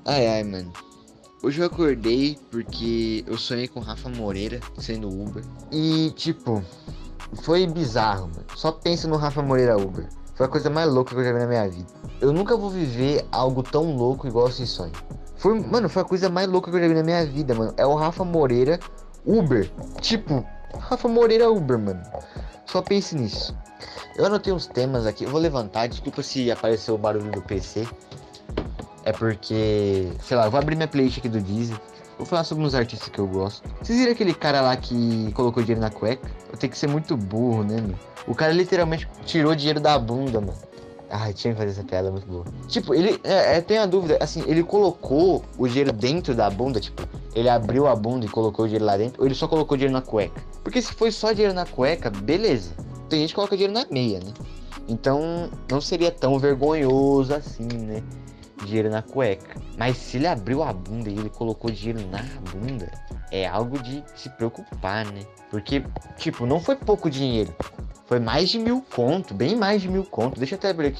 Ai, ai, mano. Hoje eu acordei porque eu sonhei com Rafa Moreira sendo Uber. E, tipo, foi bizarro, mano. Só pensa no Rafa Moreira Uber. Foi a coisa mais louca que eu já vi na minha vida. Eu nunca vou viver algo tão louco igual esse sonho. Foi a coisa mais louca que eu já vi na minha vida, mano. É o Rafa Moreira Uber. Tipo, Rafa Moreira Uber, mano. Só pense nisso. Eu anotei uns temas aqui. Eu vou levantar. Desculpa se apareceu o barulho do PC. É porque, sei lá, eu vou abrir minha playlist aqui do Deezer. Vou falar sobre uns artistas que eu gosto. Vocês viram aquele cara lá que colocou dinheiro na cueca? Eu tenho que ser muito burro, né, mano? O cara literalmente tirou dinheiro da bunda, mano. Ai, tinha que fazer essa piada muito boa. Tipo, ele, tem a dúvida, assim, ele colocou o dinheiro dentro da bunda, tipo, ele abriu a bunda e colocou o dinheiro lá dentro, ou ele só colocou o dinheiro na cueca? Porque se foi só dinheiro na cueca, beleza. Tem gente que coloca dinheiro na meia, né? Então, não seria tão vergonhoso assim, né? Dinheiro na cueca. Mas se ele abriu a bunda e ele colocou dinheiro na bunda, é algo de se preocupar, né? Porque, tipo, não foi pouco dinheiro. Foi mais de 1.000 conto, bem mais de 1.000 conto. Deixa eu até abrir aqui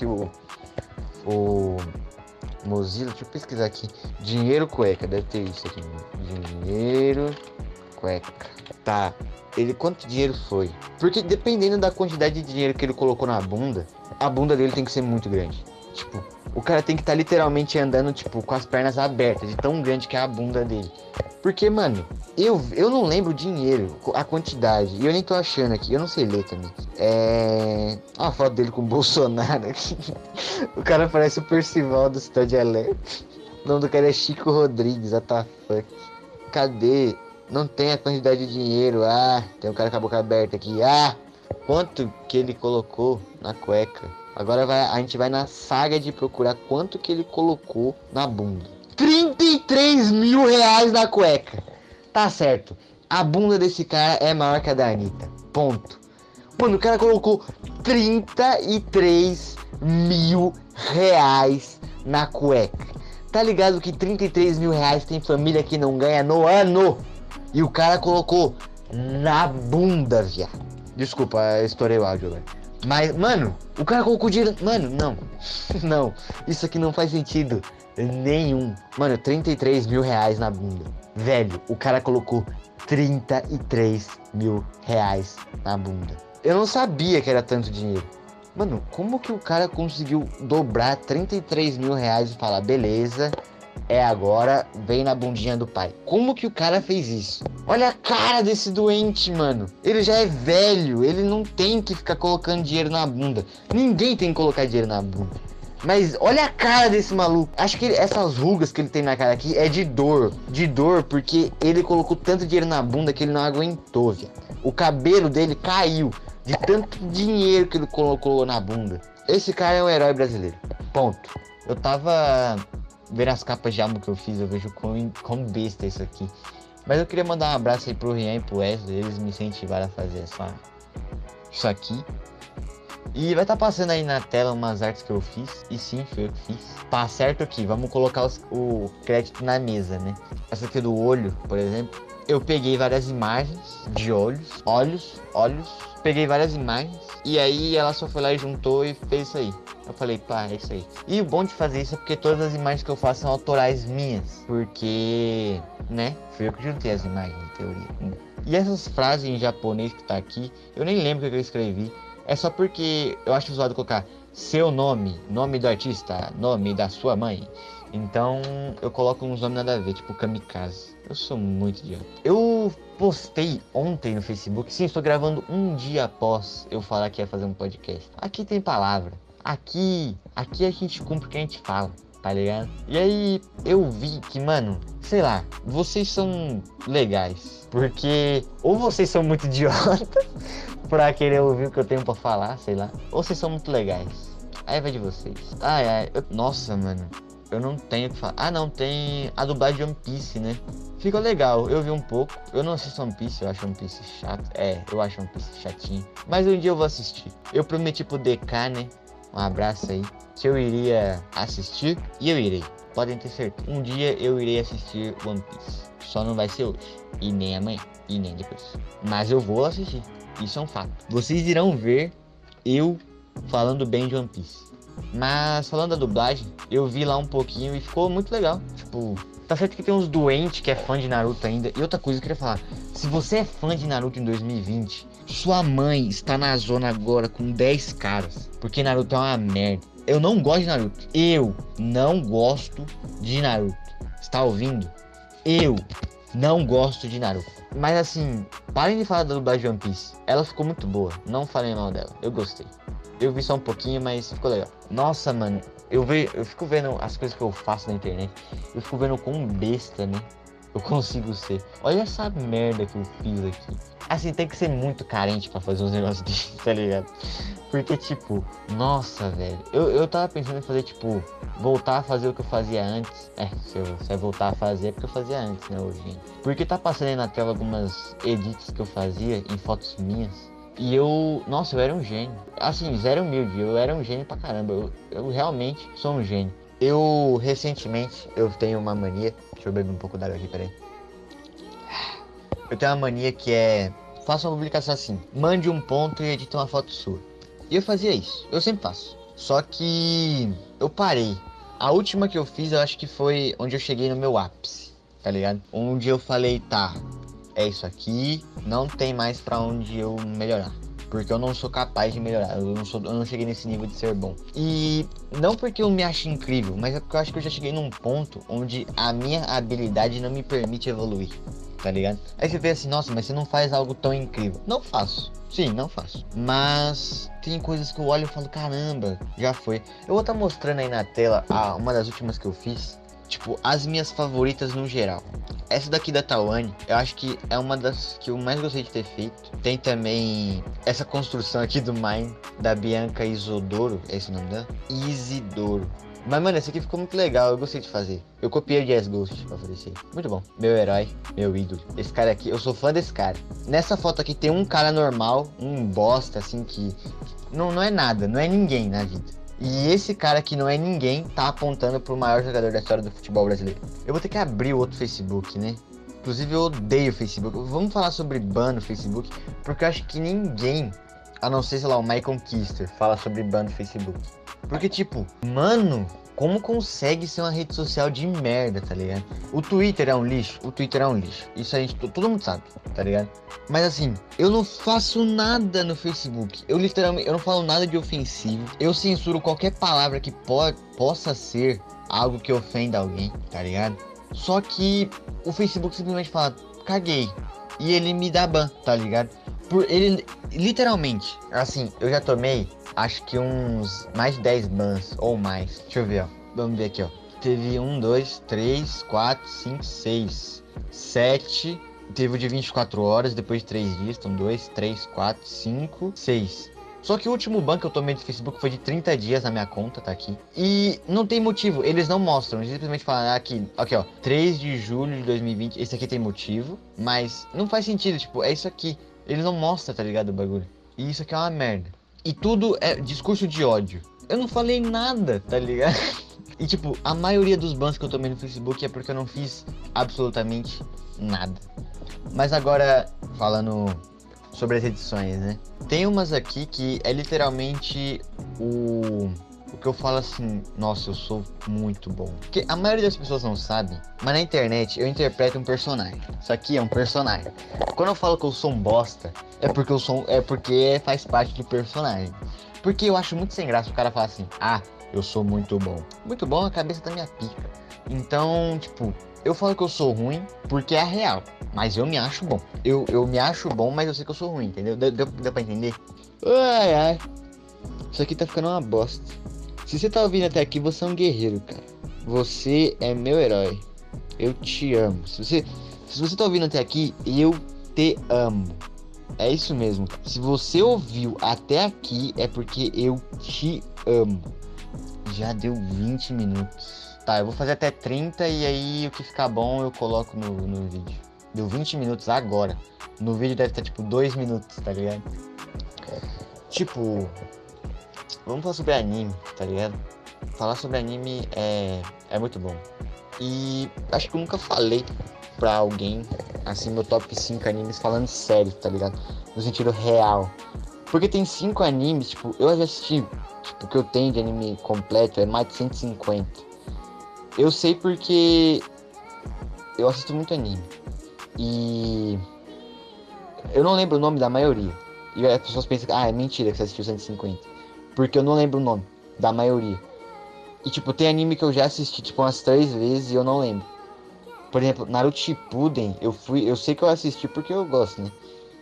o Mozilla, deixa eu pesquisar aqui. Dinheiro cueca, deve ter isso aqui. Dinheiro cueca. Tá. Quanto dinheiro foi? Porque dependendo da quantidade de dinheiro que ele colocou na bunda, a bunda dele tem que ser muito grande. Tipo, o cara tem que estar literalmente andando, tipo, com as pernas abertas, de tão grande que é a bunda dele. Porque, mano, eu não lembro o dinheiro, a quantidade, e eu nem tô achando aqui, eu não sei ler também. Olha a foto dele com o Bolsonaro aqui. O cara parece o Percival do Cidade Alerta. O nome do cara é Chico Rodrigues, what the fuck. Cadê? Não tem a quantidade de dinheiro. Tem um cara com a boca aberta aqui. Quanto que ele colocou na cueca? Agora a gente vai na saga de procurar quanto que ele colocou na bunda. 33 mil reais na cueca. Tá certo. A bunda desse cara é maior que a da Anitta. Ponto. Mano, o cara colocou 33 mil reais na cueca. Tá ligado que 33 mil reais tem família que não ganha no ano? E o cara colocou na bunda, viado. Desculpa, eu estourei o áudio agora. Mas, mano, o cara colocou dinheiro... Mano, não. Não. Isso aqui não faz sentido nenhum. Mano, 33 mil reais na bunda. Velho, o cara colocou 33 mil reais na bunda. Eu não sabia que era tanto dinheiro. Mano, como que o cara conseguiu dobrar 33 mil reais e falar, beleza, é agora, vem na bundinha do pai? Como que o cara fez isso? Olha a cara desse doente, mano. Ele já é velho, ele não tem que ficar colocando dinheiro na bunda. Ninguém tem que colocar dinheiro na bunda. Mas olha a cara desse maluco. Acho que essas rugas que ele tem na cara aqui é de dor. De dor porque ele colocou tanto dinheiro na bunda que ele não aguentou, viado. O cabelo dele caiu de tanto dinheiro que ele colocou na bunda. Esse cara é um herói brasileiro. Ponto. Eu tava vendo as capas de álbum que eu fiz, eu vejo como besta isso aqui. Mas eu queria mandar um abraço aí pro Rian e pro Wesley. Eles me incentivaram a fazer isso aqui. E vai estar passando aí na tela umas artes que eu fiz. E sim, foi eu que fiz. Tá certo aqui, vamos colocar o crédito na mesa, né? Essa aqui do olho, por exemplo. Eu peguei várias imagens de olhos. Peguei várias imagens. E aí ela só foi lá e juntou e fez isso aí. Eu falei, pá, é isso aí. E o bom de fazer isso é porque todas as imagens que eu faço são autorais minhas. Porque, né, fui eu que juntei as imagens, em teoria. E essas frases em japonês que tá aqui, eu nem lembro o que eu escrevi. É só porque eu acho zoado colocar seu nome, nome do artista, nome da sua mãe. Então eu coloco uns nomes nada a ver, tipo Kamikaze. Eu sou muito idiota. Eu postei ontem no Facebook. Sim, estou gravando um dia após eu falar que ia fazer um podcast. Aqui tem palavra. Aqui a gente cumpre o que a gente fala, tá ligado? E aí eu vi que, mano, sei lá, vocês são legais. Porque ou vocês são muito idiotas pra querer ouvir o que eu tenho pra falar, sei lá. Ou vocês são muito legais. Aí vai de vocês. Nossa, mano. Eu não tenho o que falar. Não, tem a dublagem de One Piece, né? Ficou legal, eu vi um pouco. Eu não assisto One Piece, eu acho One Piece chato. Eu acho One Piece chatinho. Mas um dia eu vou assistir. Eu prometi pro DK, né? Um abraço aí. Que eu iria assistir. E eu irei. Podem ter certeza. Um dia eu irei assistir One Piece. Só não vai ser hoje. E nem amanhã. E nem depois. Mas eu vou assistir. Isso é um fato. Vocês irão ver eu falando bem de One Piece. Mas falando da dublagem, eu vi lá um pouquinho e ficou muito legal. Tipo, tipo... Tá certo que tem uns doentes que é fã de Naruto ainda. E outra coisa que eu queria falar. Se você é fã de Naruto em 2020, sua mãe está na zona agora com 10 caras. Porque Naruto é uma merda. Eu não gosto de Naruto. Eu não gosto de Naruto. Está ouvindo? Eu não gosto de Naruto. Mas assim, parem de falar da dublagem de One Piece. Ela ficou muito boa. Não falem mal dela. Eu gostei. Eu vi só um pouquinho, mas ficou legal. Nossa, mano. Eu fico vendo as coisas que eu faço na internet. Eu fico vendo quão besta, né? Eu consigo ser. Olha essa merda que eu fiz aqui. Assim, tem que ser muito carente pra fazer uns negócios desses, tá ligado? Porque, tipo, nossa, velho. Eu tava pensando em fazer, tipo, voltar a fazer o que eu fazia antes. Se eu voltar a fazer é porque eu fazia antes, né, hoje. Porque tá passando aí na tela algumas edits que eu fazia em fotos minhas. E nossa, eu era um gênio. Assim, zero humilde, eu era um gênio pra caramba. Eu realmente sou um gênio. Recentemente, eu tenho uma mania. Deixa eu beber um pouco d'água aqui, peraí. Eu tenho uma mania que é... Faça uma publicação assim, mande um ponto e edite uma foto sua. E eu fazia isso, eu sempre faço. Só que eu parei. A última que eu fiz, eu acho que foi onde eu cheguei no meu ápice, tá ligado? Onde eu falei, tá, é isso aqui, não tem mais pra onde eu melhorar. Porque eu não sou capaz de melhorar, eu não cheguei nesse nível de ser bom. E não porque eu me acho incrível, mas é porque eu acho que eu já cheguei num ponto onde a minha habilidade não me permite evoluir, tá ligado? Aí você vê assim, nossa, mas você não faz algo tão incrível. Não faço, sim, não faço. Mas tem coisas que eu olho e falo, caramba, já foi. Eu vou estar mostrando aí na tela uma das últimas que eu fiz. Tipo, as minhas favoritas no geral. Essa daqui da Tawane, eu acho que é uma das que eu mais gostei de ter feito. Tem também essa construção aqui do Mine, da Bianca Isidoro. É esse o nome dela? Isidoro. Mas, mano, esse aqui ficou muito legal, eu gostei de fazer. Eu copiei o Jazz Ghost pra fazer isso aí. Muito bom. Meu herói, meu ídolo. Esse cara aqui, eu sou fã desse cara. Nessa foto aqui tem um cara normal, um bosta, assim, que... Não é nada, não é ninguém na vida. E esse cara que não é ninguém tá apontando pro maior jogador da história do futebol brasileiro. Eu vou ter que abrir o outro Facebook, né? Inclusive eu odeio o Facebook. Vamos falar sobre ban no Facebook, porque eu acho que ninguém, a não ser, sei lá, o Michael Kister, fala sobre ban no Facebook. Porque, tipo, mano, como consegue ser uma rede social de merda, tá ligado? O Twitter é um lixo? O Twitter é um lixo. Isso a gente, todo mundo sabe, tá ligado? Mas assim, eu não faço nada no Facebook. Eu literalmente, eu não falo nada de ofensivo. Eu censuro qualquer palavra que possa ser algo que ofenda alguém, tá ligado? Só que o Facebook simplesmente fala, caguei. E ele me dá ban, tá ligado? Por ele, literalmente, assim, eu já tomei, acho que uns mais de 10 bans ou mais. Deixa eu ver, ó. Vamos ver aqui, ó. Teve 1, 2, 3, 4, 5, 6, 7. Teve o de 24 horas, depois de 3 dias. Então 2, 3, 4, 5, 6. Só que o último ban que eu tomei do Facebook foi de 30 dias na minha conta, tá aqui. E não tem motivo, eles não mostram, eles simplesmente falam aqui, ó, 3 de julho de 2020, esse aqui tem motivo, mas não faz sentido, tipo, é isso aqui. Eles não mostram, tá ligado, o bagulho. E isso aqui é uma merda. E tudo é discurso de ódio. Eu não falei nada, tá ligado? E tipo, a maioria dos bans que eu tomei no Facebook é porque eu não fiz absolutamente nada. Mas agora, falando sobre as edições, né? Tem umas aqui que é literalmente o que eu falo assim, nossa, eu sou muito bom. Porque a maioria das pessoas não sabe, mas na internet eu interpreto um personagem. Isso aqui é um personagem. Quando eu falo que eu sou um bosta, é porque faz parte do personagem. Porque eu acho muito sem graça o cara falar assim, ah, eu sou muito bom. Muito bom, a cabeça da minha pica. Então, tipo, eu falo que eu sou ruim porque é real. Mas eu me acho bom. Eu me acho bom, mas eu sei que eu sou ruim, entendeu? Deu pra entender? Ai, ai. Isso aqui tá ficando uma bosta. Se você tá ouvindo até aqui, você é um guerreiro, cara. Você é meu herói. Eu te amo. Se você tá ouvindo até aqui, eu te amo. É isso mesmo. Se você ouviu até aqui, é porque eu te amo. Já deu 20 minutos. Tá, eu vou fazer até 30 e aí o que ficar bom eu coloco no vídeo. Deu 20 minutos agora. No vídeo deve estar tipo 2 minutos, tá ligado? Tipo, vamos falar sobre anime, tá ligado? Falar sobre anime é muito bom. E acho que eu nunca falei pra alguém, assim, meu top 5 animes falando sério, tá ligado? No sentido real. Porque tem 5 animes, tipo, eu já assisti, tipo, o que eu tenho de anime completo é mais de 150. Eu sei porque eu assisto muito anime. E eu não lembro o nome da maioria. E as pessoas pensam, é mentira que você assistiu 150. Porque eu não lembro o nome da maioria. E tipo, tem anime que eu já assisti tipo umas 3 vezes e eu não lembro. Por exemplo, Naruto Shippuden, eu sei que eu assisti porque eu gosto, né?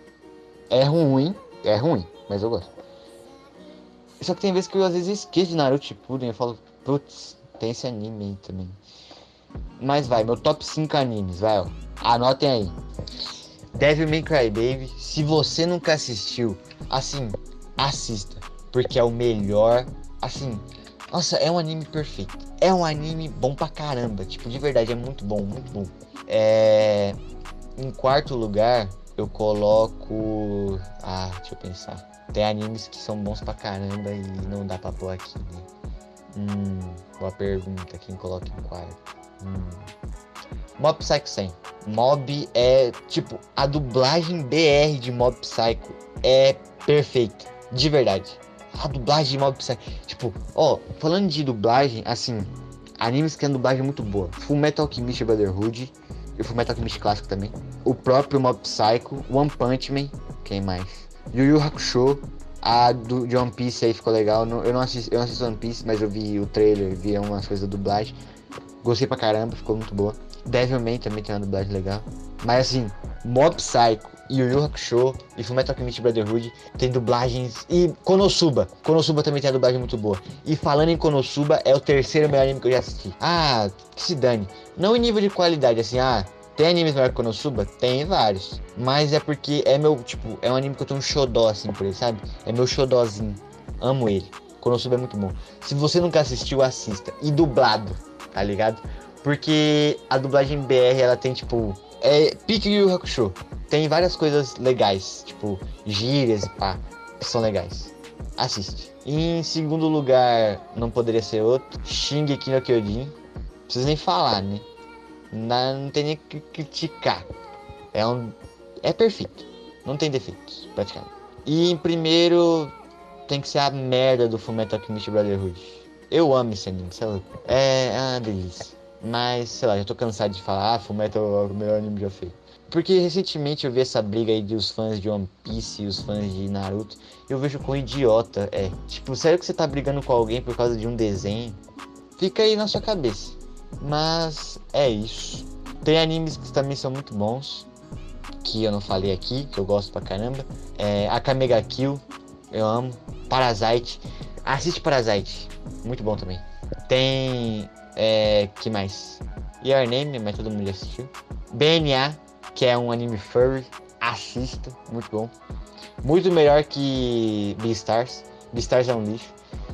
É ruim, mas eu gosto. Só que tem vezes que eu às vezes esqueço de Naruto Shippuden, eu falo, putz, tem esse anime aí também. Mas vai, meu top 5 animes, vai, ó. Anotem aí. Devil May Cry Baby, se você nunca assistiu, assim, assista, porque é o melhor, assim, nossa, é um anime perfeito. É um anime bom pra caramba, tipo, de verdade, é muito bom, muito bom. Em quarto lugar, eu coloco... deixa eu pensar. Tem animes que são bons pra caramba e não dá pra pôr aqui, né? Boa pergunta, quem coloca em quarto? Mob Psycho 100. Mob é, tipo, a dublagem BR de Mob Psycho é perfeita, de verdade. A dublagem de Mob Psycho, tipo, falando de dublagem, assim, animes que tem dublagem muito boa. Fullmetal Alchemist Brotherhood, e o Fullmetal Alchemist clássico também. O próprio Mob Psycho, One Punch Man, quem mais? Yu Yu Hakusho, a de One Piece aí ficou legal. Eu não assisto One Piece, mas eu vi o trailer, vi umas coisas da dublagem. Gostei pra caramba, ficou muito boa. Devilman também tem uma dublagem legal. Mas assim, Mob Psycho, Yu Yu Hakusho e Fullmetal Alchemist Brotherhood tem dublagens. E Konosuba também tem uma dublagem muito boa. E falando em Konosuba, é o terceiro melhor anime que eu já assisti. Que se dane. Não em nível de qualidade, assim, tem animes melhor que Konosuba? Tem vários. Mas é porque é meu, tipo, é um anime que eu tenho um xodó, assim, por ele, sabe? É meu xodózinho. Amo ele. Konosuba é muito bom. Se você nunca assistiu, assista. E dublado, tá ligado? Porque a dublagem BR, ela tem, tipo... pique Yu Yu Hakusho. Tem várias coisas legais, tipo, gírias e pá, que são legais. Assiste. E em segundo lugar, não poderia ser outro, Shingeki no Kyojin. Não precisa nem falar, né? Não tem nem que criticar. É perfeito. Não tem defeitos, praticamente. E em primeiro, tem que ser a merda do Fullmetal Alchemist Brotherhood. Eu amo esse anime, sei lá. É uma delícia. Mas, sei lá, já tô cansado de falar, Fullmetal é o melhor anime já feito. Porque recentemente eu vi essa briga aí dos fãs de One Piece e os fãs de Naruto. Eu vejo quão idiota é. Tipo, sério que você tá brigando com alguém por causa de um desenho? Fica aí na sua cabeça. Mas é isso. Tem animes que também são muito bons, que eu não falei aqui, que eu gosto pra caramba. Akame ga Kill, eu amo. Parasite. Assiste Parasite. Muito bom também. Tem... que mais? Your Name, mas todo mundo já assistiu. BNA, que é um anime furry. Assista, muito bom. Muito melhor que Beastars. Beastars é um lixo.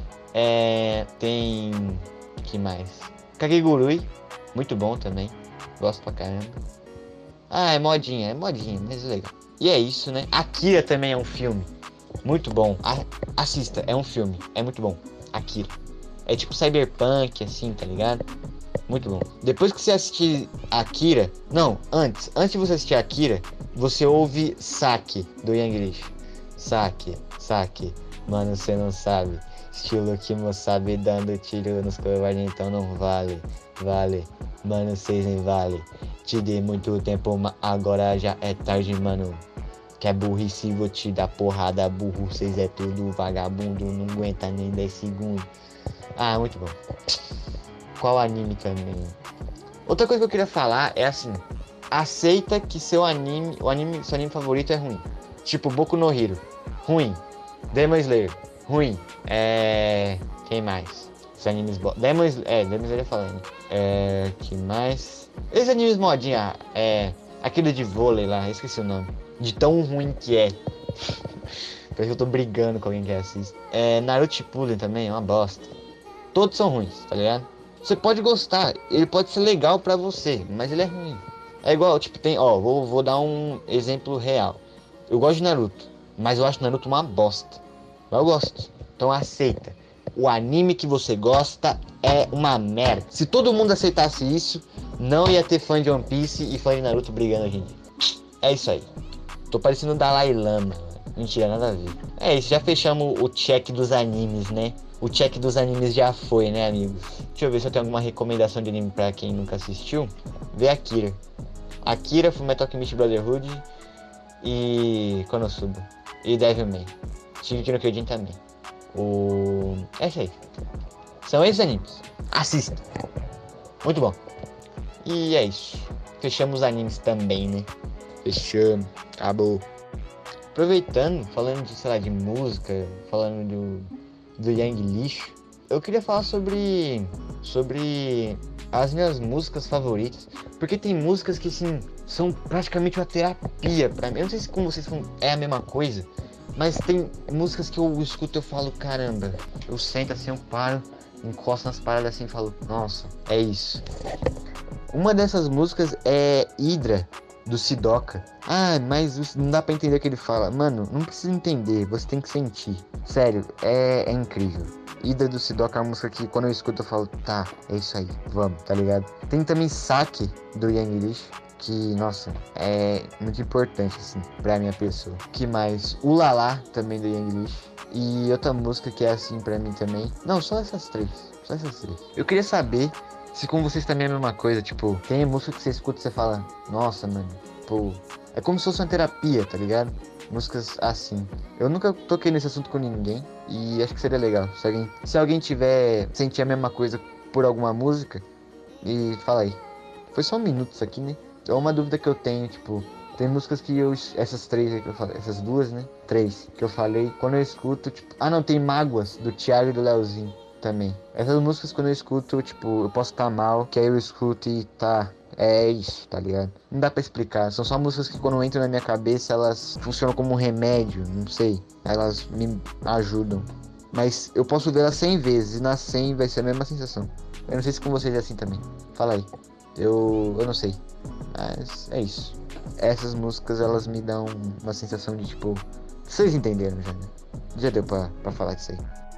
Tem... que mais? Kakegurui, muito bom também. Gosto pra caramba. É modinha, mas é legal. E é isso, né? Akira também é um filme. Muito bom. Assista, é um filme. É muito bom. Akira. É tipo cyberpunk, assim, tá ligado? Muito bom. Depois que você assistir Akira... Não, antes de você assistir Akira, você ouve Sake, do Yanglish. Sake. Mano, você não sabe. Estilo que sabe dando tiro nos covardes, então não vale. Mano, vocês nem vale. Te dei muito tempo, mas agora já é tarde, mano. Que é burrice, vou te dar porrada, burro. Vocês é tudo vagabundo, não aguenta nem 10 segundos. Muito bom. Qual anime também? Outra coisa que eu queria falar é assim: aceita que seu anime favorito é ruim. Tipo Boku no Hero, ruim. Demon Slayer, ruim. Quem mais? Os animes Demon Slayer eu falei, né? Que mais? Esses animes modinha, aquele de vôlei lá, esqueci o nome. De tão ruim que é. Parece que eu tô brigando com alguém que assiste. Naruto Shippuden também é uma bosta. Todos são ruins, tá ligado? Você pode gostar, ele pode ser legal pra você, mas ele é ruim. É igual, tipo, vou dar um exemplo real. Eu gosto de Naruto, mas eu acho Naruto uma bosta. Mas eu gosto, então aceita. O anime que você gosta é uma merda. Se todo mundo aceitasse isso, não ia ter fã de One Piece e fã de Naruto brigando hoje em dia. É isso aí. Tô parecendo o Dalai Lama. Mentira, nada a ver. É isso, já fechamos o check dos animes, né? O check dos animes já foi, né, amigos? Deixa eu ver se eu tenho alguma recomendação de anime pra quem nunca assistiu. Vê Akira. Akira, Fullmetal Alchemist Brotherhood e Konosuba. E Devilman. Shingeki no Kyojin também. É isso aí. São esses animes. Assista. Muito bom. E é isso. Fechamos os animes também, né? Fechamos. Acabou. Aproveitando, falando de, sei lá, de música, falando do Yang Lixo, eu queria falar sobre as minhas músicas favoritas, porque tem músicas que, assim, são praticamente uma terapia pra mim. Eu não sei se com vocês é a mesma coisa, mas tem músicas que eu escuto e eu falo, caramba, eu sento assim, eu paro, encosto nas paradas assim e falo, nossa, é isso. Uma dessas músicas é Hydra, do Sidoca. Ah, mas não dá pra entender o que ele fala. Mano, não precisa entender, você tem que sentir. Sério, é incrível. Hydra do Sidoca é uma música que quando eu escuto eu falo, tá, é isso aí, vamos, tá ligado? Tem também Sake, do Yang Lish, que, nossa, é muito importante, assim, pra minha pessoa. Que mais? Ulala, também do Yang Lish. E outra música que é assim pra mim também. Não, só essas três. Só essas três. Eu queria saber se com vocês também é a mesma coisa, tipo, tem música que você escuta e você fala, nossa, mano, pô, é como se fosse uma terapia, tá ligado? Músicas assim. Eu nunca toquei nesse assunto com ninguém e acho que seria legal. Se alguém tiver sentir a mesma coisa por alguma música, e fala aí. Foi só um minuto isso aqui, né? É uma dúvida que eu tenho, tipo, tem músicas que essas três aí que eu falei, essas duas, né? Três que eu falei, quando eu escuto, tipo, não, tem Mágoas, do Thiago e do Leozinho. Também. Essas músicas quando eu escuto, tipo, eu posso estar mal, que aí eu escuto e tá, é isso, tá ligado? Não dá pra explicar, são só músicas que quando entram na minha cabeça, elas funcionam como um remédio, não sei, elas me ajudam. Mas eu posso ver elas 100 vezes, e nas 100 vai ser a mesma sensação. Eu não sei se com vocês é assim também, fala aí. Eu não sei, mas é isso. Essas músicas, elas me dão uma sensação de, tipo, vocês entenderam já, né? Já deu pra falar disso aí.